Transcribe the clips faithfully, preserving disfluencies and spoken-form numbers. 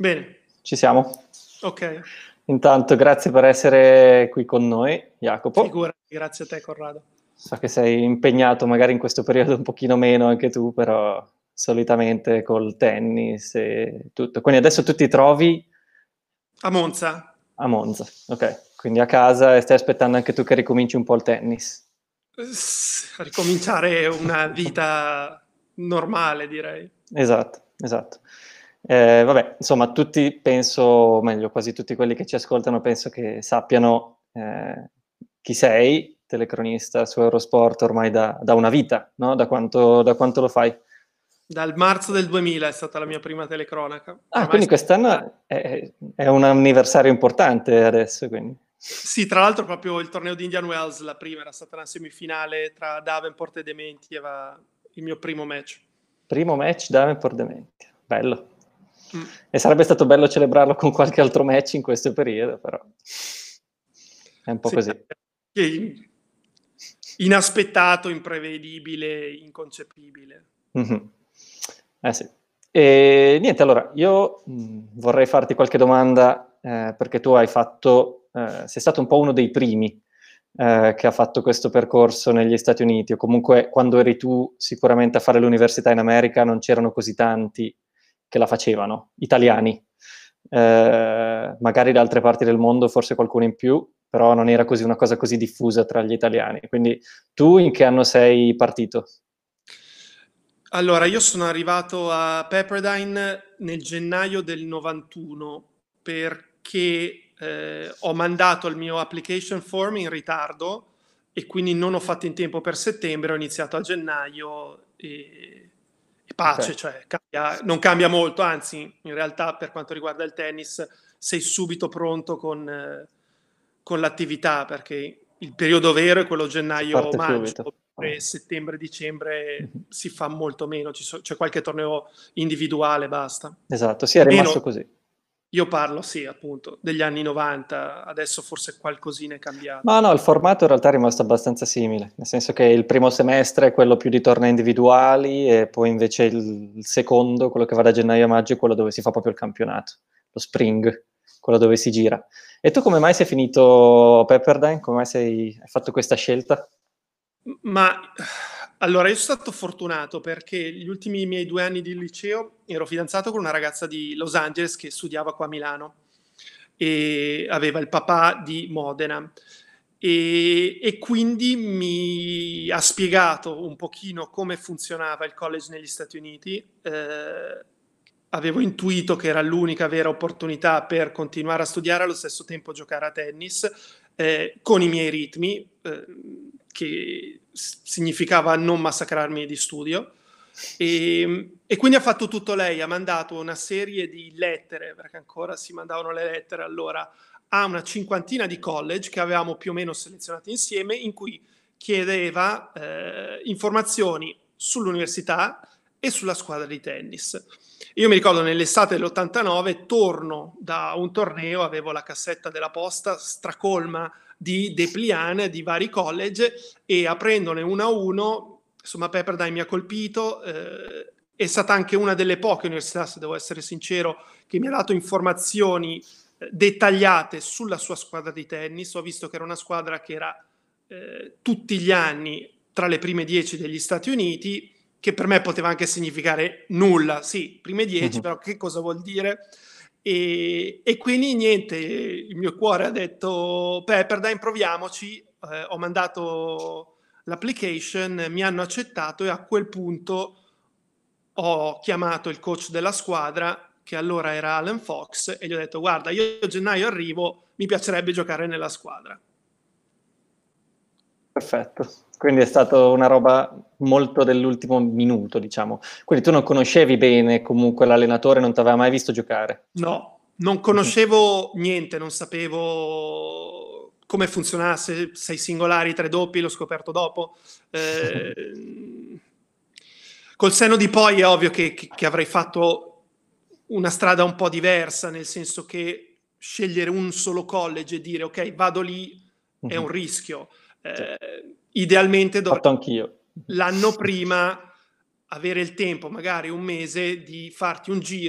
Bene. Ci siamo? Ok. Intanto grazie per essere qui con noi, Jacopo. Figurati, grazie a te, Corrado. So che sei impegnato magari in questo periodo un pochino meno anche tu, però solitamente col tennis e tutto. Quindi adesso tu ti trovi A Monza. a Monza, ok. Quindi a casa e stai aspettando anche tu che ricominci un po' il tennis. S- ricominciare una vita normale, direi. Esatto, esatto. Eh, vabbè, insomma, tutti penso, o meglio, quasi tutti quelli che ci ascoltano penso che sappiano eh, chi sei, telecronista su Eurosport ormai da, da una vita, no? Da quanto, da quanto lo fai? Dal marzo del duemila è stata la mia prima telecronaca. Ah, Oramai quindi quest'anno è, è un anniversario importante adesso, quindi. Sì, tra l'altro proprio il torneo di Indian Wells, la prima, era stata una semifinale tra Davenport e Dementi, era il mio primo match. Primo match Davenport Dementi, bello. Mm. E sarebbe stato bello celebrarlo con qualche altro match in questo periodo, però è un po' Sì, così. Inaspettato, imprevedibile, inconcepibile. Mm-hmm. Eh sì. E niente, allora, io mh, vorrei farti qualche domanda eh, perché tu hai fatto, eh, sei stato un po' uno dei primi eh, che ha fatto questo percorso negli Stati Uniti, o comunque quando eri tu sicuramente a fare l'università in America non c'erano così tanti che la facevano, italiani. Eh, magari da altre parti del mondo forse qualcuno in più, però non era così una cosa così diffusa tra gli italiani. Quindi tu in che anno sei partito? Allora, io sono arrivato a Pepperdine nel gennaio del novantuno perché eh, ho mandato il mio application form in ritardo e quindi non ho fatto in tempo per settembre, ho iniziato a gennaio e, e pace, Ok. cioè cambia- non cambia molto, anzi in realtà per quanto riguarda il tennis sei subito pronto con, eh, con l'attività perché il periodo vero è quello Si parte gennaio-maggio, subito. settembre-dicembre Mhm. si fa molto meno, ci so- c'è qualche torneo individuale, basta. Esatto, sì, è rimasto Almeno così. io parlo, sì, appunto, degli anni novanta, adesso forse qualcosina è cambiato. Ma no, il formato in realtà è rimasto abbastanza simile, nel senso che il primo semestre è quello più di tornei individuali e poi invece il, il secondo, quello che va da gennaio a maggio, è quello dove si fa proprio il campionato, lo spring, quello dove si gira. E tu come mai sei finito a Pepperdine? Come mai sei, hai fatto questa scelta? Ma allora, io sono stato fortunato perché gli ultimi miei due anni di liceo ero fidanzato con una ragazza di Los Angeles che studiava qua a Milano e aveva il papà di Modena. E, e quindi mi ha spiegato un pochino come funzionava il college negli Stati Uniti. Eh, avevo intuito che era l'unica vera opportunità per continuare a studiare e allo stesso tempo giocare a tennis eh, con i miei ritmi, eh, che s- significava non massacrarmi di studio. E, e quindi ha fatto tutto lei, ha mandato una serie di lettere, perché ancora si mandavano le lettere allora, a una cinquantina di college che avevamo più o meno selezionati insieme, in cui chiedeva eh, informazioni sull'università e sulla squadra di tennis. Io mi ricordo nell'estate dell'ottantanove torno da un torneo, avevo la cassetta della posta stracolma di dépliant di vari college e aprendone uno a uno, insomma Pepperdine mi ha colpito, eh, è stata anche una delle poche università, se devo essere sincero, che mi ha dato informazioni eh, dettagliate sulla sua squadra di tennis. Ho visto che era una squadra che era eh, tutti gli anni tra le prime dieci degli Stati Uniti, che per me poteva anche significare nulla, sì, prime dieci, Mhm. però che cosa vuol dire? E, e quindi niente, il mio cuore ha detto Pepperdine, proviamoci, eh, ho mandato l'application, mi hanno accettato e a quel punto ho chiamato il coach della squadra, che allora era Alan Fox, e gli ho detto guarda, io a gennaio arrivo, mi piacerebbe giocare nella squadra. Perfetto. Quindi è stata una roba molto dell'ultimo minuto, diciamo. Quindi tu non conoscevi bene comunque l'allenatore, non ti aveva mai visto giocare. No, non Mhm. conoscevo niente, non sapevo come funzionasse, sei singolari, tre doppi, l'ho scoperto dopo. Eh, col senno di poi è ovvio che, che- che avrei fatto una strada un po' diversa, nel senso che scegliere un solo college e dire ok, vado lì è un Mhm. rischio. Sì. Eh, idealmente dovrei Fatto anch'io. l'anno prima avere il tempo, magari un mese, di farti un giro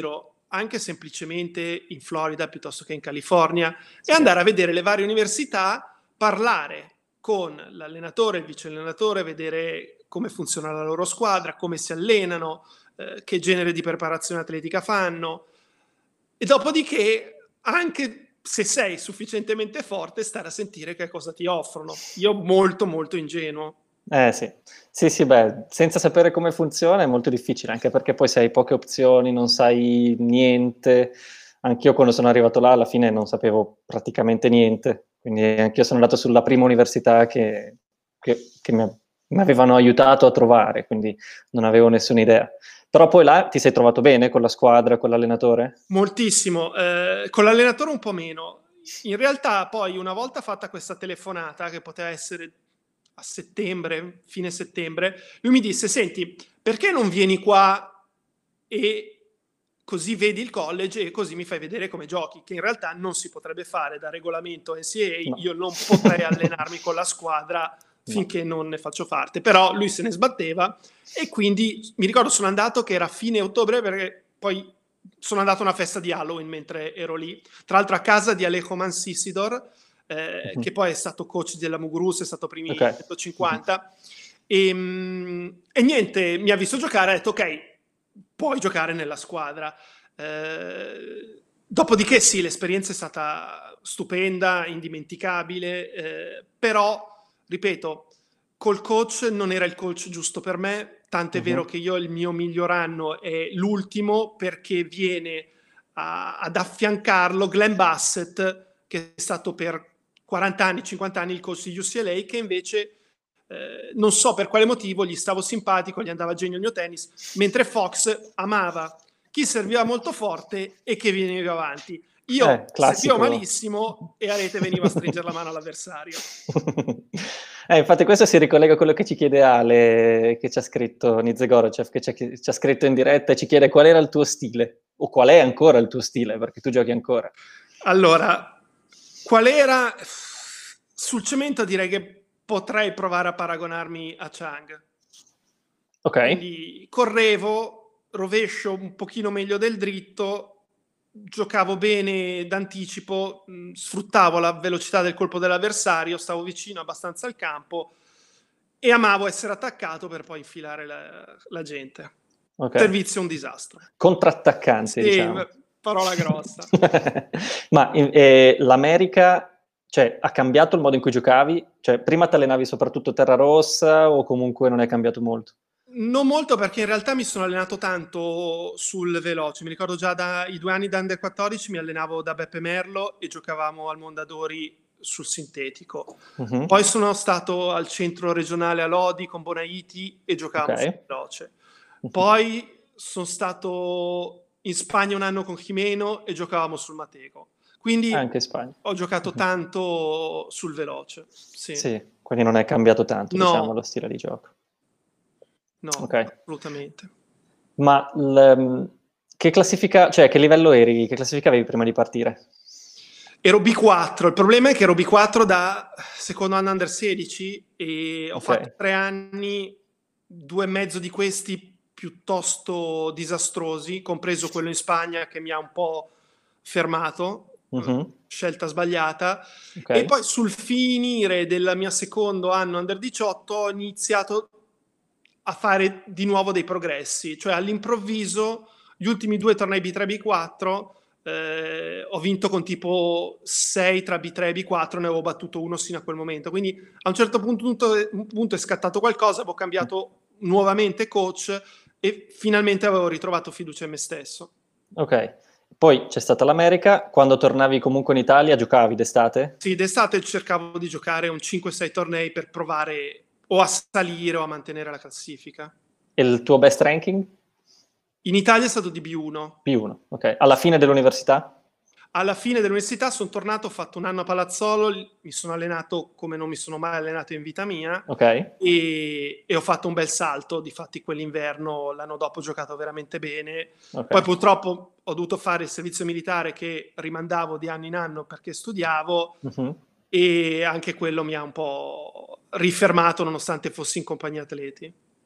anche semplicemente in Florida piuttosto che in California, Sì. e andare a vedere le varie università, parlare con l'allenatore, il vice allenatore, vedere come funziona la loro squadra, come si allenano, eh, che genere di preparazione atletica fanno, e dopodiché, anche se sei sufficientemente forte, stare a sentire che cosa ti offrono. Io molto molto ingenuo. Eh sì, sì, sì, beh, senza sapere come funziona è molto difficile, anche perché poi se hai poche opzioni, non sai niente. Anch'io quando sono arrivato là alla fine non sapevo praticamente niente, quindi anch'io sono andato sulla prima università che, che, che mi, mi avevano aiutato a trovare, quindi non avevo nessuna idea. Però poi là ti sei trovato bene con la squadra, con l'allenatore? Moltissimo, eh, con l'allenatore un po' meno. In realtà poi una volta fatta questa telefonata, che poteva essere a settembre, fine settembre, lui mi disse: senti, perché non vieni qua e così vedi il college e così mi fai vedere come giochi, che in realtà non si potrebbe fare da regolamento N C A A, No. io non potrei allenarmi con la squadra finché no. non ne faccio parte, però lui se ne sbatteva, e quindi mi ricordo sono andato che era fine ottobre, perché poi sono andato a una festa di Halloween mentre ero lì, tra l'altro a casa di Alejo Mansisidor, eh, uh-huh. che poi è stato coach della Mugrus, è stato primi okay. centocinquanta, uh-huh. e, e niente, mi ha visto giocare, ha detto ok, puoi giocare nella squadra. Eh, dopodiché sì, l'esperienza è stata stupenda, indimenticabile, eh, però, ripeto, col coach non era il coach giusto per me, tant'è uh-huh. vero che io il mio miglior anno è l'ultimo, perché viene a, ad affiancarlo Glenn Bassett, che è stato per quaranta anni, cinquanta anni il coach di U C L A, che invece eh, non so per quale motivo gli stavo simpatico, gli andava a genio il mio tennis, mentre Fox amava chi serviva molto forte e che veniva avanti. Io eh, servivo malissimo e Arete veniva a stringere la mano all'avversario. Eh, infatti questo si ricollega a quello che ci chiede Ale, che ci ha scritto, Nizze Gorocev, che ci ha, ci ha scritto in diretta e ci chiede qual era il tuo stile, o qual è ancora il tuo stile, perché tu giochi ancora. Allora, qual era? Sul cemento direi che potrei provare a paragonarmi a Chang. Ok. Quindi correvo, rovescio un pochino meglio del dritto, giocavo bene d'anticipo, mh, sfruttavo la velocità del colpo dell'avversario, stavo vicino abbastanza al campo e amavo essere attaccato per poi infilare la, la gente. Okay. Servizio un disastro. Contrattaccante, sì, diciamo. Parola grossa. Ma eh, l'America, cioè, ha cambiato il modo in cui giocavi? Cioè, prima ti allenavi soprattutto terra rossa o comunque non è cambiato molto? Non molto, perché in realtà mi sono allenato tanto sul veloce. Mi ricordo già dai due anni da under quattordici mi allenavo da Beppe Merlo e giocavamo al Mondadori sul sintetico. Uh-huh. Poi sono stato al centro regionale a Lodi con Bonaiti e giocavamo okay. sul veloce. Uh-huh. Poi sono stato in Spagna un anno con Jimeno e giocavamo sul Matego. Quindi anche in Spagna. Ho giocato uh-huh. tanto sul veloce. Sì. sì, quindi non è cambiato tanto, no. diciamo, lo stile di gioco. No, okay. assolutamente. Ma l, che classifica, cioè che livello eri, che classifica avevi prima di partire? Ero B quattro, il problema è che ero B quattro da secondo anno under sedici e ho okay. fatto tre anni, due e mezzo di questi piuttosto disastrosi, compreso quello in Spagna che mi ha un po' fermato, uh-huh. scelta sbagliata, okay. e poi sul finire del mio secondo anno under diciotto ho iniziato a fare di nuovo dei progressi, cioè all'improvviso gli ultimi due tornei B tre B quattro eh, ho vinto con tipo sei tra B tre e B quattro, ne avevo battuto uno sino a quel momento, quindi a un certo punto, punto è scattato qualcosa, avevo cambiato nuovamente coach e finalmente avevo ritrovato fiducia in me stesso. Ok, poi c'è stata l'America, quando tornavi comunque in Italia giocavi d'estate? Sì, d'estate cercavo di giocare un cinque sei tornei per provare o a salire o a mantenere la classifica. E il tuo best ranking? In Italia è stato di B uno. B uno, ok. Alla fine dell'università? Alla fine dell'università sono tornato, ho fatto un anno a Palazzolo, mi sono allenato come non mi sono mai allenato in vita mia, okay. e, e ho fatto un bel salto, difatti quell'inverno, l'anno dopo ho giocato veramente bene, okay. Poi purtroppo ho dovuto fare il servizio militare che rimandavo di anno in anno perché studiavo, uh-huh. e anche quello mi ha un po' rifermato nonostante fossi in compagnia atleti.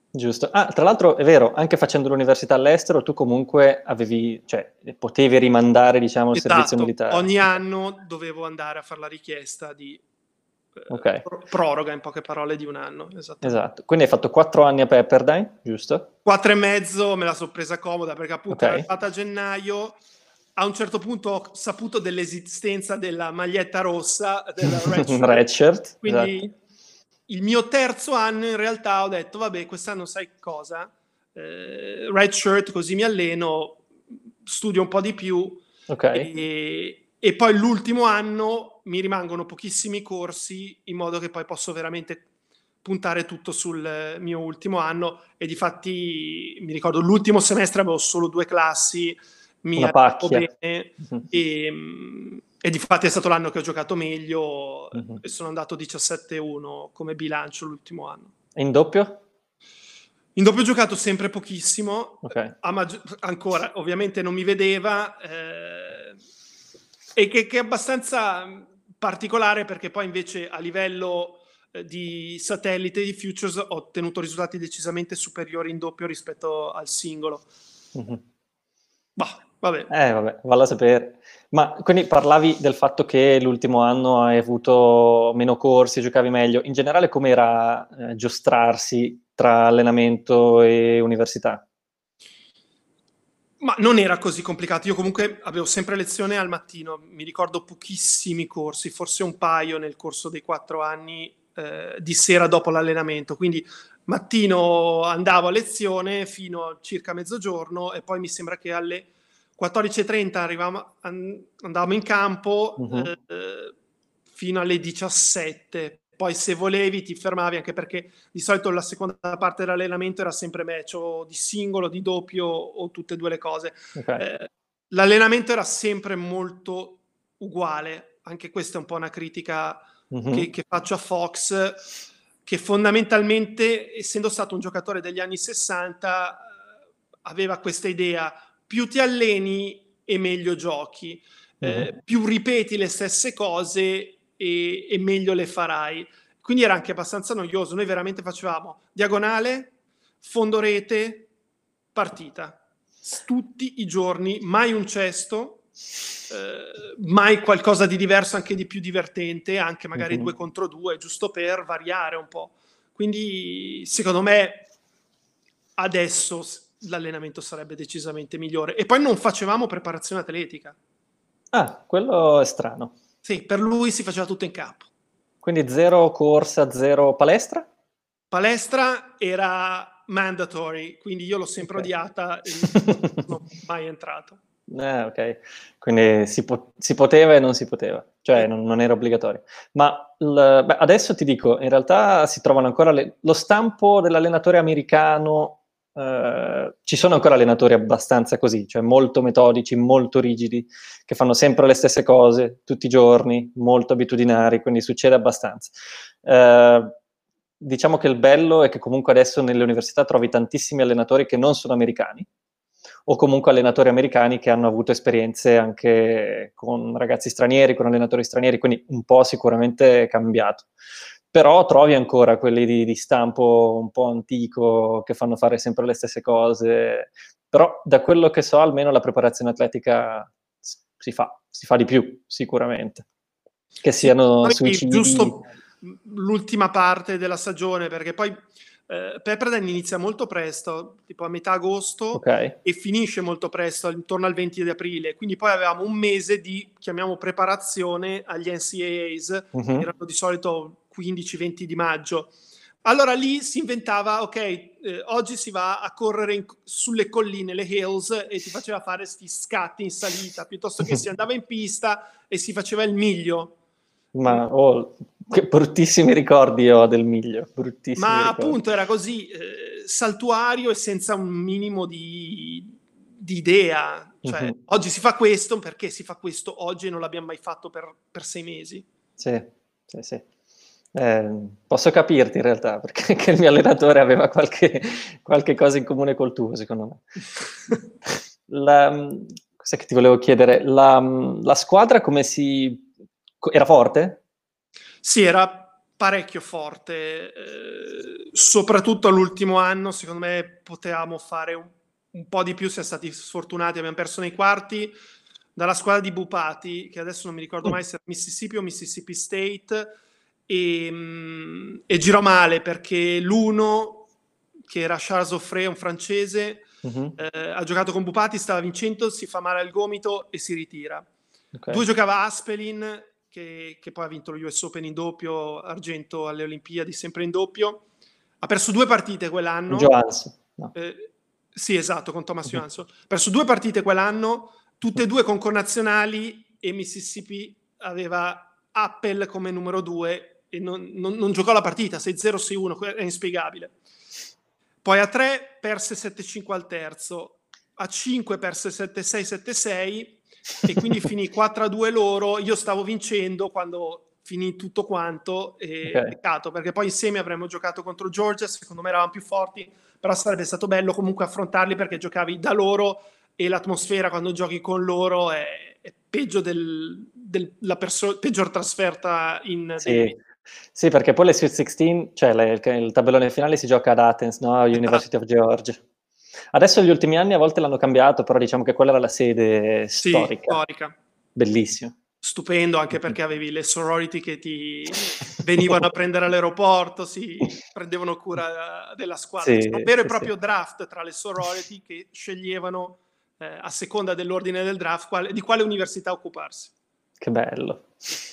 Giusto. Ah, tra l'altro è vero, anche facendo l'università all'estero, tu comunque avevi, cioè, potevi rimandare, diciamo, il servizio Esatto, militare. ogni Ok. anno dovevo andare a fare la richiesta di Ok, eh, pro- proroga, in poche parole, di un anno, esattamente. esatto. Quindi hai fatto quattro anni a Pepperdine, giusto? Quattro e mezzo me la sono presa comoda perché Ok. appunto era arrivata a gennaio. A un certo punto ho saputo dell'esistenza della maglietta rossa, della red shirt, Redshirt, esatto. quindi il mio terzo anno in realtà ho detto vabbè, quest'anno sai cosa? Eh, red shirt, così mi alleno, studio un po' di più Ok. e, e poi l'ultimo anno mi rimangono pochissimi corsi in modo che poi posso veramente puntare tutto sul mio ultimo anno e difatti mi ricordo l'ultimo semestre avevo solo due classi, mi Una allenavo pacchia. bene Mhm. e, e difatti è stato l'anno che ho giocato meglio Mhm. e sono andato diciassette uno come bilancio l'ultimo anno. E in doppio? In doppio ho giocato sempre pochissimo, Ok. a maggi- ancora ovviamente non mi vedeva eh, e che, che è abbastanza particolare perché poi invece a livello eh, di satellite di futures ho ottenuto risultati decisamente superiori in doppio rispetto al singolo. Mhm. Bah, vabbè. Eh, vabbè, valla a sapere. Ma quindi parlavi del fatto che l'ultimo anno hai avuto meno corsi, giocavi meglio. In generale, com'era eh, giostrarsi tra allenamento e università? Ma non era così complicato. Io comunque avevo sempre lezione al mattino, mi ricordo pochissimi corsi, forse un paio nel corso dei quattro anni eh, di sera dopo l'allenamento. Quindi mattino andavo a lezione fino a circa mezzogiorno e poi mi sembra che alle quattordici e trenta arrivavamo, an- andavamo in campo Mhm. eh, fino alle diciassette. Poi se volevi ti fermavi anche perché di solito la seconda parte dell'allenamento era sempre match o di singolo, di doppio o tutte e due le cose. Ok. Eh, l'allenamento era sempre molto uguale, anche questa è un po' una critica che, Mhm. che faccio a Fox, che fondamentalmente, essendo stato un giocatore degli anni sessanta, eh, aveva questa idea, più ti alleni e meglio giochi, eh, Mhm. più ripeti le stesse cose e, e meglio le farai. Quindi era anche abbastanza noioso. Noi veramente facevamo diagonale, fondo rete, partita. Tutti i giorni, mai un cesto, eh, mai qualcosa di diverso, anche di più divertente, anche magari Mhm. due contro due, giusto per variare un po'. Quindi, secondo me, adesso l'allenamento sarebbe decisamente migliore. E poi non facevamo preparazione atletica. Ah, quello è strano. Sì, per lui si faceva tutto in campo. Quindi zero corsa, zero palestra? Palestra era mandatory, quindi io l'ho sempre Ok. odiata e non sono mai entrato. Eh, ok, quindi si, po- si poteva e non si poteva, cioè Sì. non, non era obbligatorio. Ma l- beh, adesso ti dico, in realtà si trovano ancora le- lo stampo dell'allenatore americano, eh, ci sono ancora allenatori abbastanza così, cioè molto metodici, molto rigidi, che fanno sempre le stesse cose tutti i giorni, molto abitudinari, quindi succede abbastanza. Eh, diciamo che il bello è che comunque adesso nelle università trovi tantissimi allenatori che non sono americani, o comunque allenatori americani che hanno avuto esperienze anche con ragazzi stranieri, con allenatori stranieri, quindi un po' sicuramente è cambiato. Però trovi ancora quelli di, di stampo un po' antico che fanno fare sempre le stesse cose, però da quello che so almeno la preparazione atletica si fa, si fa di più sicuramente. Che Sì, siano poi suicidi. giusto l'ultima parte della stagione, perché poi eh, Pepperdine inizia molto presto, tipo a metà agosto, Ok. e finisce molto presto, intorno al venti di aprile. Quindi poi avevamo un mese di, chiamiamo, preparazione agli N C A As, che Mhm. erano di solito quindici venti di maggio. Allora lì si inventava, ok, eh, oggi si va a correre in- sulle colline, le hills, e ti faceva fare questi scatti in salita, piuttosto che si andava in pista e si faceva il miglio. Ma oh, che bruttissimi ricordi ho del Miglio, bruttissimi Ma ricordi. appunto era così, eh, saltuario e senza un minimo di, di idea. Cioè, Mhm. oggi si fa questo, perché si fa questo oggi e non l'abbiamo mai fatto per, per sei mesi? Sì, sì, sì. Eh, posso capirti in realtà, perché che il mio allenatore aveva qualche, qualche cosa in comune col tuo, secondo me. La, cos'è che ti volevo chiedere? La, la squadra come si... era forte? Sì, era parecchio forte, eh, soprattutto all'ultimo anno, secondo me potevamo fare un, un po' di più, siamo stati sfortunati, abbiamo perso nei quarti dalla squadra di Bupati, che adesso non mi ricordo mai se era Mississippi o Mississippi State, e, mh, e girò male perché l'uno, che era Charles Offray, un francese, Mhm. eh, ha giocato con Bupati, stava vincendo, si fa male al gomito e si ritira. Ok. Due giocava Aspelin, che, che poi ha vinto lo U S Open in doppio, argento alle Olimpiadi, sempre in doppio. Ha perso due partite quell'anno. Johansson, no. Eh, sì, esatto, con Thomas Mhm. Johansson. Ha perso due partite quell'anno, tutte e due con connazionali, e Mississippi aveva Appel come numero due e non, non, non giocò la partita, sei zero sei uno, è inspiegabile. Poi a tre perse sette cinque al terzo, a cinque perse sette sei sette sei, e quindi finì quattro a due loro. Io stavo vincendo quando finì tutto quanto, e Ok. peccato, perché poi insieme avremmo giocato contro Georgia, secondo me eravamo più forti, però sarebbe stato bello comunque affrontarli, perché giocavi da loro e l'atmosfera quando giochi con loro è, è peggio del, del, la perso- peggior trasferta in Sì. Davis. Sì, perché poi le Sweet sixteen, cioè le- il, il tabellone finale si gioca ad Athens, no? University of Georgia. Adesso negli ultimi anni a volte l'hanno cambiato, però diciamo che quella era la sede Sì, storica. storica. Bellissimo. Stupendo, anche perché avevi le sorority che ti venivano a prendere all'aeroporto, si prendevano cura della squadra. Sì, C'era un vero e sì, proprio sì. draft tra le sorority che sceglievano, eh, a seconda dell'ordine del draft, quale, di quale università occuparsi. Che bello.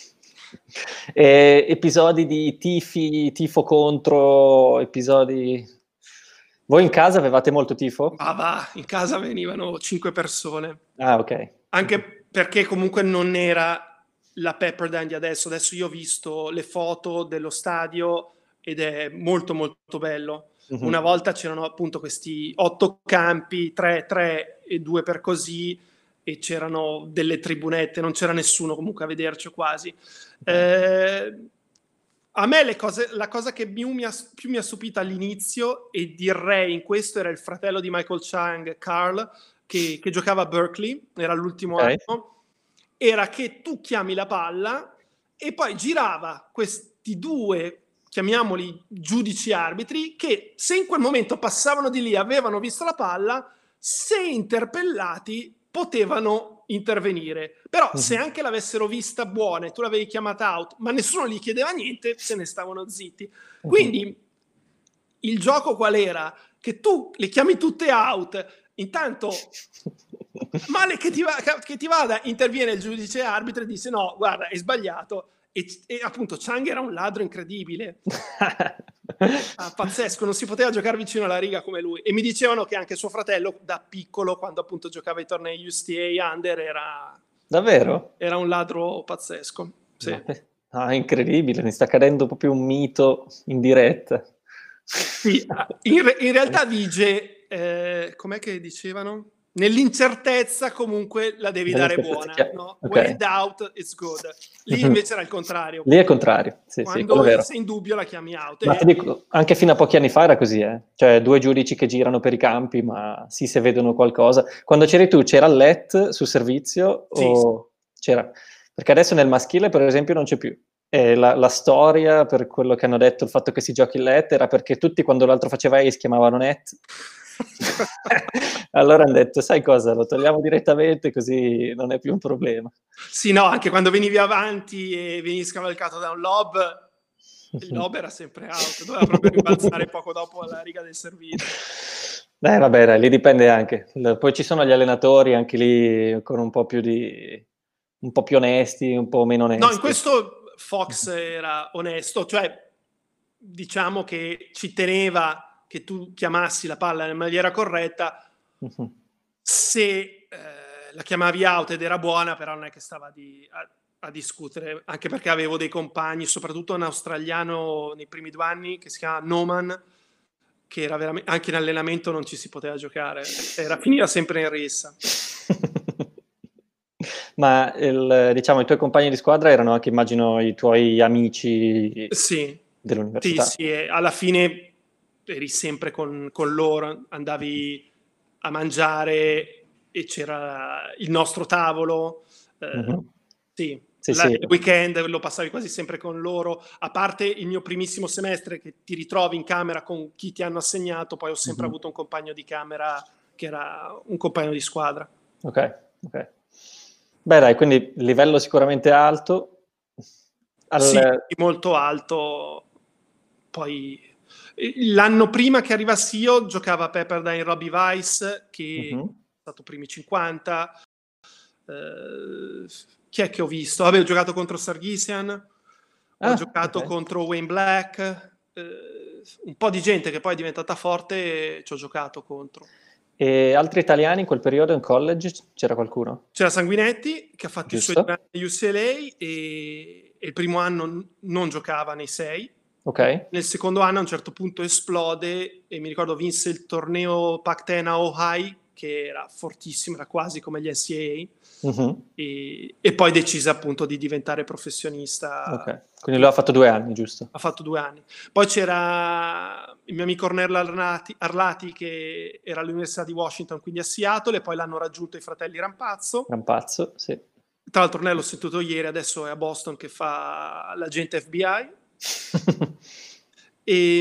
E episodi di tifi, tifo contro, episodi... Voi in casa avevate molto tifo? Ma va, in casa venivano cinque persone. Ah, ok. Anche perché comunque non era la Pepperdine di adesso. Adesso io ho visto le foto dello stadio ed è molto molto bello. Mhm. Una volta c'erano appunto questi otto campi, tre, tre e due per così, e c'erano delle tribunette, non c'era nessuno comunque a vederci quasi. Ok. Eh, a me le cose, la cosa che più mi, ha, più mi ha stupito all'inizio, e direi in questo, era il fratello di Michael Chang, Carl, che, che giocava a Berkeley, era l'ultimo Ok. anno, era che tu chiami la palla e poi girava questi due, chiamiamoli giudici arbitri, che se in quel momento passavano di lì, avevano visto la palla, se interpellati potevano intervenire. Però Mhm. se anche l'avessero vista buona e tu l'avevi chiamata out, ma nessuno gli chiedeva niente, se ne stavano zitti. Mhm. Quindi il gioco qual era? Che tu le chiami tutte out, intanto male che ti, va, che ti vada, interviene il giudice arbitro e dice no, guarda, hai sbagliato. E, e appunto Chang era un ladro incredibile. Ah, pazzesco, non si poteva giocare vicino alla riga come lui. E mi dicevano che anche suo fratello, da piccolo, quando appunto giocava ai tornei U S T A Under, era, Davvero? era un ladro pazzesco. Sì. No, beh, ah, incredibile, mi sta cadendo proprio un mito in diretta. Sì, in, re- in realtà dice, eh, com'è che dicevano? Nell'incertezza comunque la devi dare buona, no? Ok. When in doubt, it's good. Lì invece era il contrario. Lì è il contrario, sì, sì, quello Quando è vero. sei in dubbio la chiami out. Ma E- ti dico, anche fino a pochi anni fa era così, eh. Cioè due giudici che girano per i campi, ma sì, se vedono qualcosa. Quando c'eri tu, c'era il L E T sul servizio Sì, o c'era? Perché adesso nel maschile, per esempio, non c'è più. E la, la storia, per quello che hanno detto, il fatto che si giochi il L E T, era perché tutti quando l'altro faceva ace chiamavano net. Allora hanno detto, sai cosa, lo togliamo direttamente così non è più un problema. Sì, no, anche quando venivi avanti e venivi scavalcato da un lob, il lob era sempre out, doveva proprio rimbalzare poco dopo alla riga del servizio. Eh, vabbè, dai, lì dipende anche. L- Poi ci sono gli allenatori, anche lì con un po' più di... un po' più onesti, un po' meno onesti. No, in questo Fox era onesto, cioè diciamo che ci teneva che tu chiamassi la palla in maniera corretta. Mhm. Se eh, la chiamavi out ed era buona, però non è che stava di, a, a discutere, anche perché avevo dei compagni, soprattutto un australiano nei primi due anni che si chiama Noman, che era veramente, anche in allenamento non ci si poteva giocare, era, finiva sempre in rissa. Ma il, diciamo, i tuoi compagni di squadra erano anche, immagino, i tuoi amici Sì, dell'università. sì, sì, e alla fine eri sempre con, con loro, andavi a mangiare e c'era il nostro tavolo. Eh, Mhm. sì, Sì, La, sì. il weekend lo passavi quasi sempre con loro, a parte il mio primissimo semestre che ti ritrovi in camera con chi ti hanno assegnato, poi ho sempre Mhm. avuto un compagno di camera che era un compagno di squadra. Ok, ok. Beh dai, quindi livello sicuramente alto. Al... Sì, molto alto. Poi l'anno prima che arrivassi io giocava Pepperdine Robbie Weiss, che Mhm. è stato primi cinquanta. Eh, chi è che ho visto? Vabbè, ho giocato contro Sargisian, ho Ah, giocato ok. contro Wayne Black, eh, un po' di gente che poi è diventata forte e ci ho giocato contro. E altri italiani in quel periodo in college c'era qualcuno? C'era Sanguinetti che ha fatto i suoi due Giusto? anni a U C L A e, e il primo anno n- non giocava nei sei. Ok. Nel secondo anno a un certo punto esplode e mi ricordo vinse il torneo Pac dieci a Ohio, che era fortissimo, era quasi come gli N C A A, Mhm. e, e poi decise appunto di diventare professionista. Ok. Quindi lui Appunto, ha fatto due anni, giusto? ha fatto due anni. Poi c'era il mio amico Ornello Arlati, Arlati che era all'Università di Washington, quindi a Seattle, e poi l'hanno raggiunto i fratelli Rampazzo. Rampazzo, sì. Tra l'altro Ornello l'ho sentito ieri, adesso è a Boston che fa l'agente F B I. E,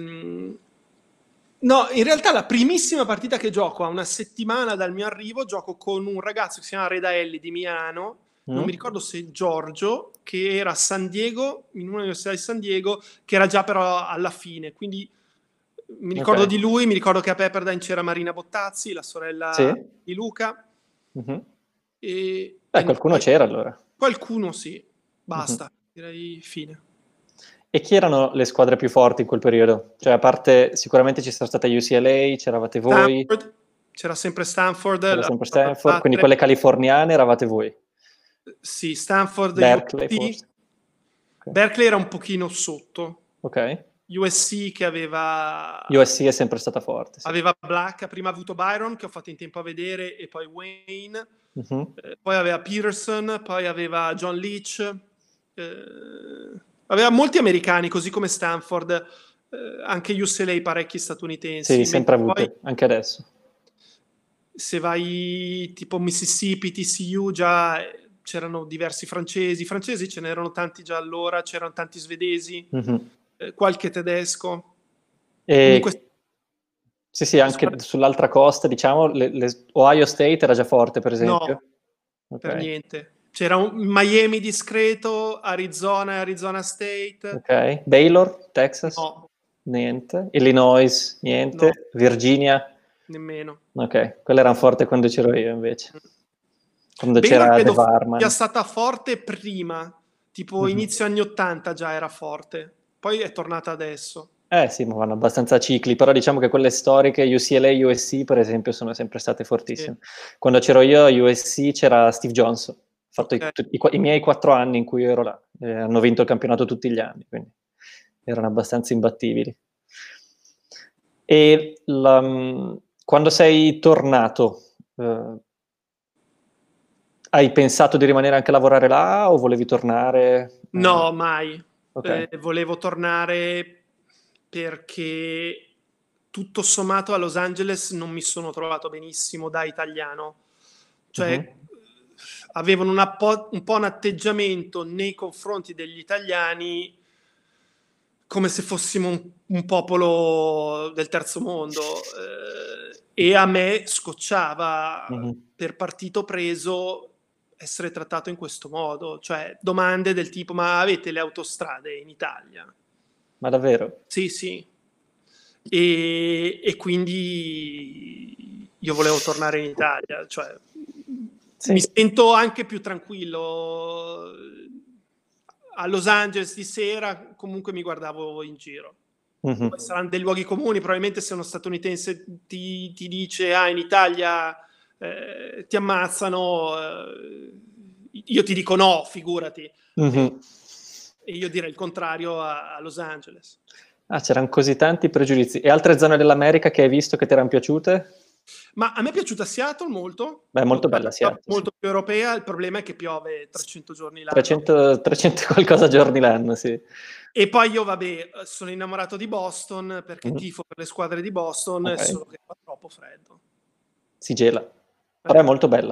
no, in realtà la primissima partita che gioco a una settimana dal mio arrivo, gioco con un ragazzo che si chiama Redaelli di Milano, non mi Mm? ricordo se Giorgio, che era a San Diego, in un'università di San Diego, che era già però alla fine, quindi mi ricordo Ok. di lui, mi ricordo che a Pepperdine c'era Marina Bottazzi, la sorella Sì? di Luca, Mhm. e, Beh, e qualcuno poi c'era allora. qualcuno sì, Mhm. basta, direi fine. E chi erano le squadre più forti in quel periodo? Cioè, a parte, sicuramente ci sono stata U C L A, c'eravate voi, Stanford, c'era sempre Stanford, c'era l'ha sempre fatto Stanford, quindi battere. quelle californiane eravate voi. Sì, Stanford, Berkeley, U S C. forse. Ok. Berkeley era un pochino sotto. Ok. U S C che aveva, U S C è sempre stata forte, sì. aveva Black, prima ha avuto Byron, che ho fatto in tempo a vedere, e poi Wayne. Mhm. Eh, poi aveva Peterson, poi aveva John Leach. Eh, aveva molti americani, così come Stanford. Eh, anche U C L A parecchi Sì, statunitensi. sempre Mentre poi avute, anche adesso. se vai tipo Mississippi, T C U, già eh, c'erano diversi francesi. Francesi ce n'erano tanti già allora, c'erano tanti svedesi, Mhm. eh, qualche tedesco. Comunque, E sì, sì, anche squadre- sull'altra costa, diciamo, le- le- Ohio State era già forte, per esempio. no, per Ok, niente. C'era un Miami discreto, Arizona e Arizona State. ok. Baylor, Texas? No, Niente. Illinois? no, Niente. Virginia? nemmeno. Ok, quelle erano forti quando c'ero io, invece. Quando Baylor c'era The credo sia Varman. stata forte prima, tipo Mhm. inizio anni ottanta già era forte, poi è tornata adesso. Eh sì, ma vanno abbastanza a cicli, però diciamo che quelle storiche, U C L A e U S C, per esempio, sono sempre state Sì, fortissime. Quando c'ero io a U S C c'era Steve Jones, ha fatto i, ok. tu- i qu- i miei quattro anni in cui io ero là. Eh, hanno vinto il campionato tutti gli anni, quindi erano abbastanza imbattibili. E la- quando sei tornato, eh, hai pensato di rimanere anche a lavorare là o volevi tornare? Eh, No, mai. Eh, ok. volevo tornare perché tutto sommato a Los Angeles non mi sono trovato benissimo da italiano. Mhm. Cioè, avevano una po', un po' un atteggiamento nei confronti degli italiani come se fossimo un, un popolo del terzo mondo. Eh, e a me scocciava Mhm. per partito preso essere trattato in questo modo, cioè domande del tipo ma avete le autostrade in Italia? Ma davvero? Sì, sì. E, e quindi io volevo tornare in Italia, cioè mi Sì. sento anche più tranquillo. A Los Angeles di sera comunque mi guardavo in giro. Mhm. Poi saranno dei luoghi comuni, probabilmente se uno statunitense ti, ti dice ah in Italia eh, ti ammazzano, eh, io ti dico no, figurati. E, Mhm. e io direi il contrario a, a Los Angeles. Ah, c'erano così tanti pregiudizi. E altre zone dell'America che hai visto che ti erano piaciute? Ma a me è piaciuta Seattle molto, Beh, è l'ho molto trovata bella Seattle, sì. molto più europea, il problema è che piove trecento giorni l'anno. trecento, trecento qualcosa giorni l'anno, sì. E poi io, vabbè, sono innamorato di Boston perché Mhm. tifo per le squadre di Boston, Ok, solo che fa troppo freddo. si gela. Però è Eh, molto bella.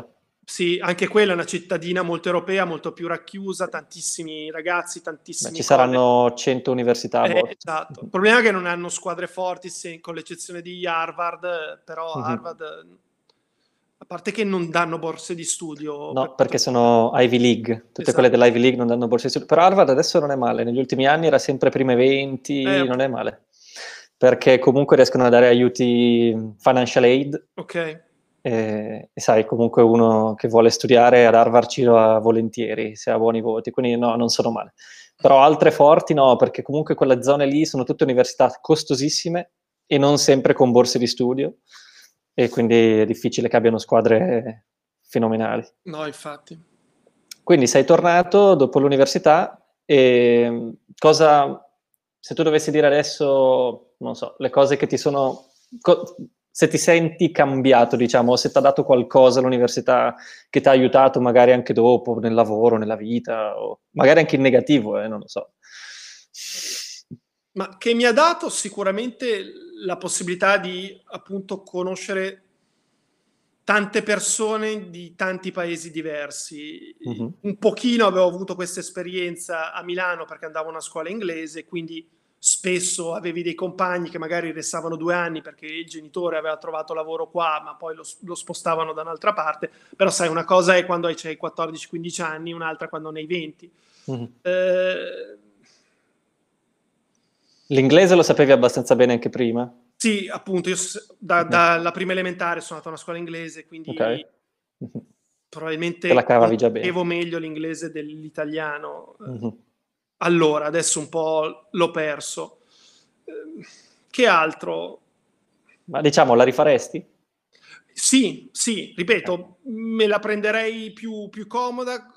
Sì, anche quella è una cittadina molto europea, molto più racchiusa, tantissimi ragazzi, Beh, ci tantissimi college. saranno cento università a Eh, bordo. esatto. Il problema è che non hanno squadre forti, se- con l'eccezione di Harvard, eh, però Mhm. Harvard, eh, a parte che non danno borse di studio per No, perché tutte sono Ivy League, tutte quelle esatto. dell'Ivy League non danno borse di studio. Però Harvard adesso non è male, negli ultimi anni era sempre prime Eh, venti, non appunto. è male. Perché comunque riescono a dare aiuti financial aid Ok. e, e sai, comunque uno che vuole studiare ad Harvard ci va volentieri, se ha buoni voti, quindi no, non sono male. Però altre forti no, perché comunque quelle zone lì sono tutte università costosissime e non sempre con borse di studio, e quindi è difficile che abbiano squadre fenomenali. No, infatti. Quindi sei tornato dopo l'università e cosa, se tu dovessi dire adesso, non so, le cose che ti sono, co- se ti senti cambiato, diciamo, o se ti ha dato qualcosa l'università che ti ha aiutato magari anche dopo, nel lavoro, nella vita, o magari anche in negativo, eh, non lo so. Ma che mi ha dato sicuramente la possibilità di appunto conoscere tante persone di tanti paesi diversi. Mhm. Un pochino avevo avuto questa esperienza a Milano perché andavo a una scuola inglese, quindi spesso avevi dei compagni che magari restavano due anni perché il genitore aveva trovato lavoro qua, ma poi lo, lo spostavano da un'altra parte. Però sai, una cosa è quando hai quattordici quindici anni, un'altra quando ne hai venti. Mhm. Eh, L'inglese lo sapevi abbastanza bene anche prima? Sì, appunto, io da, Mhm. dalla prima elementare sono andato a una scuola inglese, Ok. quindi Mhm. Te la probabilmente cavavi già bene. conoscevo meglio l'inglese dell'italiano. Mhm. Allora, adesso un po' l'ho perso. Eh, Che altro? Ma diciamo, la rifaresti? Sì, sì, Ok. ripeto, me la prenderei più, più comoda,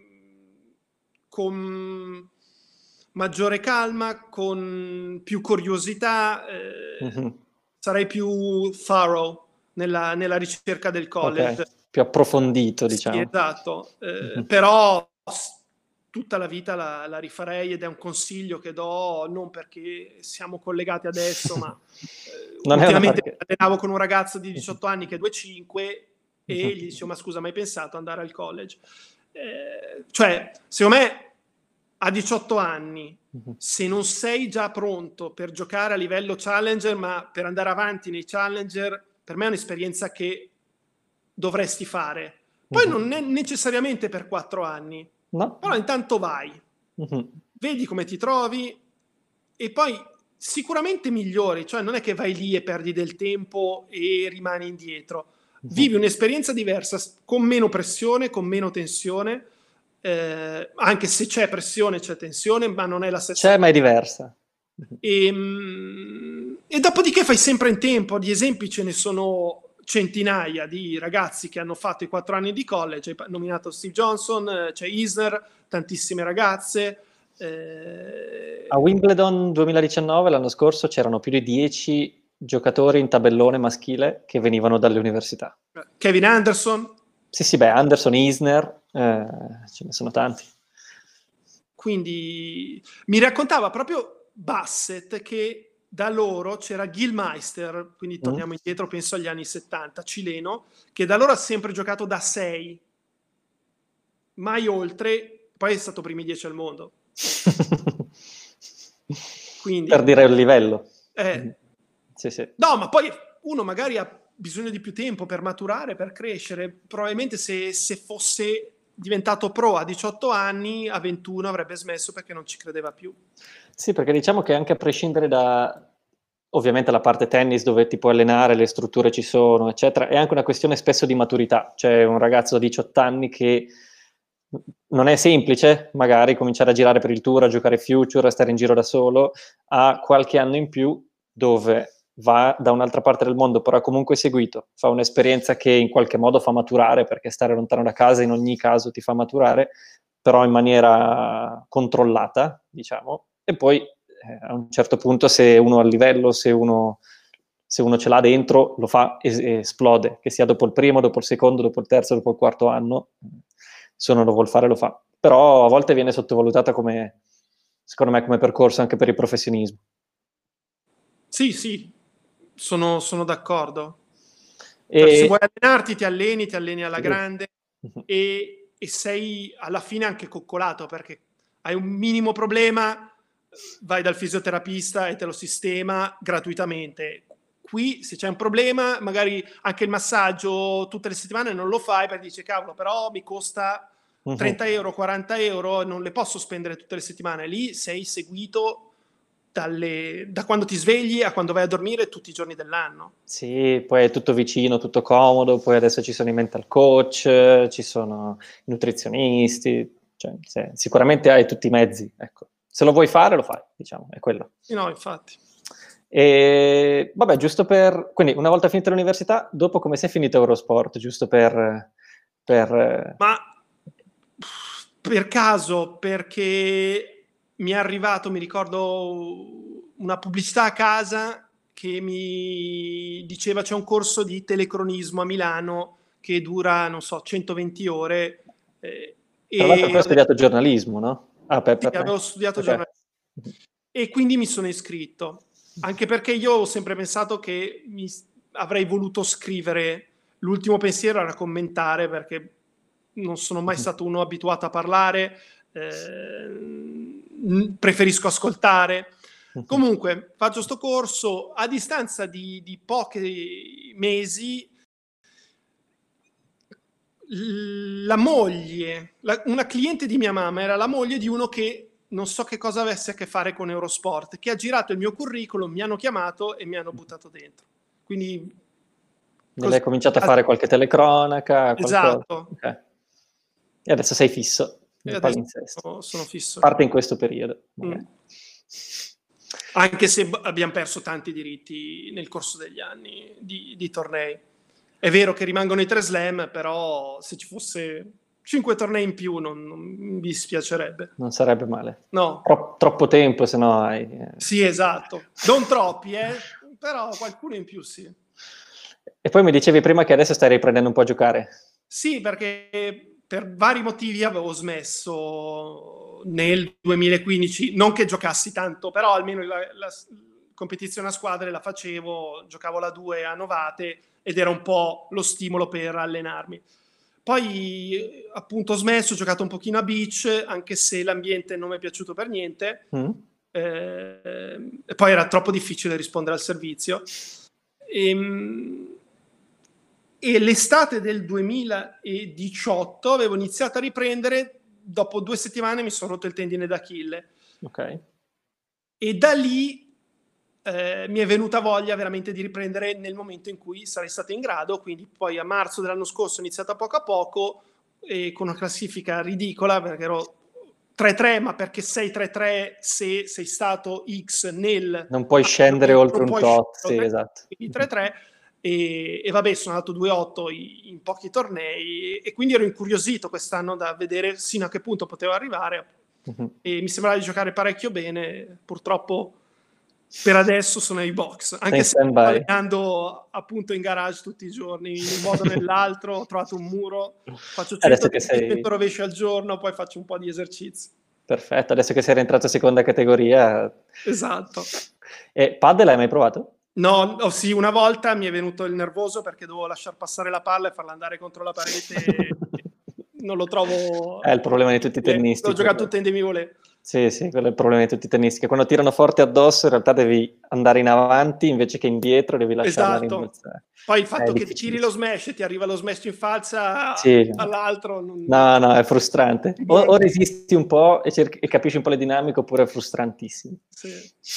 con maggiore calma, con più curiosità, eh, Mhm. sarei più thorough nella, nella ricerca del Ok, college. più approfondito, Sì, diciamo. esatto, eh, Mhm. però s- tutta la vita la, la rifarei ed è un consiglio che do non perché siamo collegati adesso, ma eh, Non è una ultimamente perché... allenavo con un ragazzo di Mhm. diciotto anni che è due virgola cinque e Mhm. gli dicevo ma scusa, ma hai pensato ad andare al college? Eh, cioè, secondo me a diciotto anni, Mhm. se non sei già pronto per giocare a livello challenger, ma per andare avanti nei challenger, per me è un'esperienza che dovresti fare. Poi Mhm. non è necessariamente per quattro anni, No? però intanto vai, Mhm. vedi come ti trovi e poi sicuramente migliori, cioè non è che vai lì e perdi del tempo e rimani indietro. Mhm. Vivi un'esperienza diversa, con meno pressione, con meno tensione, eh, anche se c'è pressione, c'è tensione, ma non è la stessa C'è, ma è cosa. diversa. Mhm. E, mm, e dopodiché fai sempre in tempo, di esempi ce ne sono centinaia di ragazzi che hanno fatto i quattro anni di college, hai nominato Steve Johnson, eh, c'è Isner, tantissime ragazze. A Eh, Wimbledon duemiladiciannove, l'anno scorso, c'erano più di dieci giocatori in tabellone maschile che venivano dalle università. Kevin Anderson, Sì, sì, beh, Anderson, Isner, eh, ce ne sono tanti. quindi mi raccontava proprio Bassett che da loro c'era Gilmeister, quindi Mm? torniamo indietro, penso agli anni settanta, cileno, che da loro ha sempre giocato da sei, mai oltre, poi è stato primi dieci al mondo. Per Quindi, dire il livello. Mhm. eh, Sì, sì. no, ma poi uno magari ha bisogno di più tempo per maturare, per crescere. Probabilmente se, se fosse diventato pro a diciotto anni, a ventuno avrebbe smesso perché non ci credeva più. Sì, perché diciamo che anche a prescindere da, ovviamente, la parte tennis dove ti puoi allenare, le strutture ci sono, eccetera, è anche una questione spesso di maturità. C'è un ragazzo di diciotto anni che non è semplice, magari, cominciare a girare per il tour, a giocare future, a stare in giro da solo, ha qualche anno in più dove va da un'altra parte del mondo, però ha comunque seguito, fa un'esperienza che in qualche modo fa maturare, perché stare lontano da casa in ogni caso ti fa maturare, però in maniera controllata, diciamo, e poi eh, a un certo punto se uno ha il livello, se uno, se uno ce l'ha dentro, lo fa e es- esplode, che sia dopo il primo, dopo il secondo, dopo il terzo, dopo il quarto anno, se uno lo vuol fare lo fa. Però a volte viene sottovalutata come, secondo me, come percorso anche per il professionismo. Sì, sì, sono, sono d'accordo. Cioè, se E vuoi allenarti, ti alleni, ti alleni alla sì, grande. Mh-mh. e, e sei alla fine anche coccolato, perché hai un minimo problema, vai dal fisioterapista e te lo sistema gratuitamente. Qui se c'è un problema, magari anche il massaggio tutte le settimane non lo fai perché dici cavolo, però mi costa Mh-mh. trenta euro, quaranta euro, non le posso spendere tutte le settimane. Lì sei seguito dalle, da quando ti svegli a quando vai a dormire tutti i giorni dell'anno. Sì, poi è tutto vicino, tutto comodo, poi adesso ci sono i mental coach, ci sono i nutrizionisti, cioè, se, sicuramente hai tutti i mezzi, ecco. Se lo vuoi fare, lo fai, diciamo, è quello. Sì, no, infatti. E vabbè, giusto per... Quindi, una volta finita l'università, dopo come sei finito Eurosport? Giusto per... per... Ma per caso, perché mi è arrivato, mi ricordo, una pubblicità a casa che mi diceva c'è un corso di telecronismo a Milano che dura, non so, centoventi ore. Eh, Tra l'altro poi e hai studiato giornalismo, no? Ah, per, sì, per me. avevo studiato Ok. giornalismo e quindi mi sono iscritto, anche perché io ho sempre pensato che mi avrei voluto scrivere. L'ultimo pensiero era commentare, perché non sono mai stato uno abituato a parlare, eh, preferisco ascoltare. Comunque, faccio sto corso, a distanza di, di pochi mesi, la moglie, la, una cliente di mia mamma era la moglie di uno che non so che cosa avesse a che fare con Eurosport, che ha girato il mio curriculum, mi hanno chiamato e mi hanno buttato dentro. Quindi... Così hai cominciato a fare qualche telecronaca, qualcosa. Esatto. Okay. E adesso sei fisso E nel adesso palinsesto. sono, sono fisso. Parte in questo periodo. Mm. Okay. Anche se abbiamo perso tanti diritti nel corso degli anni di, di tornei. È vero che rimangono i tre slam, però se ci fosse cinque tornei in più non, non mi dispiacerebbe. Non sarebbe male. No. Tro- troppo tempo, se no hai... Eh. Sì, esatto. Non troppi, eh? Però qualcuno in più sì. E poi mi dicevi prima che adesso stai riprendendo un po' a giocare. Sì, perché per vari motivi avevo smesso nel duemilaquindici, non che giocassi tanto, però almeno la, la competizione a squadre la facevo, giocavo la due a Novate ed era un po' lo stimolo per allenarmi. Poi appunto ho smesso, ho giocato un pochino a beach, anche se l'ambiente non mi è piaciuto per niente. Mm. Eh, e poi era troppo difficile rispondere al servizio. E, e l'estate del duemiladiciotto avevo iniziato a riprendere, dopo due settimane mi sono rotto il tendine d'Achille. Ok. E da lì eh, mi è venuta voglia veramente di riprendere nel momento in cui sarei stato in grado, quindi poi a marzo dell'anno scorso ho iniziato a poco a poco, e con una classifica ridicola, perché ero tre tre, ma perché sei tre tre se sei stato X nel... Non puoi scendere oltre un tot, sì, tre, esatto. Quindi tre tre. E, e vabbè, sono andato due otto in pochi tornei e quindi ero incuriosito quest'anno da vedere sino a che punto potevo arrivare. Uh-huh. E mi sembrava di giocare parecchio bene. Purtroppo per adesso sono ai box, anche se sto allenando appunto in garage tutti i giorni, in un modo o nell'altro. Ho trovato un muro, faccio cento, sei... cento rovesci al giorno, poi faccio un po' di esercizi. Perfetto, adesso che sei rientrato in seconda categoria. Esatto. E padel hai mai provato? No, oh sì, una volta mi è venuto il nervoso perché dovevo lasciar passare la palla e farla andare contro la parete. Non lo trovo... È il problema di tutti i tennisti. L'ho giocato tutte in demi-volée. Sì, sì, quello è il problema di tutti i tennisti, che quando tirano forte addosso in realtà devi andare in avanti invece che indietro, devi lasciarla esatto. rimbalzare. Poi il fatto che tiri lo smash e ti arriva lo smash in falsa, sì, all'altro... Non... No, no, è frustrante. O, o resisti un po' e, cerchi, e capisci un po' le dinamiche, oppure è frustrantissimo. Sì.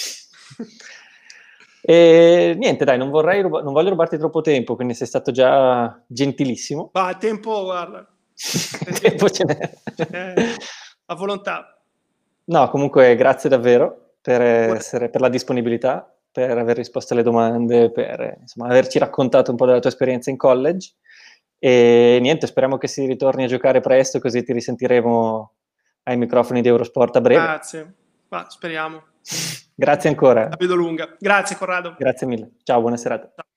E niente, dai, non, vorrei ruba- non voglio rubarti troppo tempo, quindi sei stato già gentilissimo. Ma tempo, guarda... tempo ce n'è. Eh, a volontà. No, comunque grazie davvero per, essere, per la disponibilità, per aver risposto alle domande, per insomma, averci raccontato un po' della tua esperienza in college. E niente, speriamo che si ritorni a giocare presto, così ti risentiremo ai microfoni di Eurosport a breve. Grazie, ma speriamo. Grazie ancora. La vedo lunga. Grazie Corrado. Grazie mille. Ciao, buona serata. Ciao.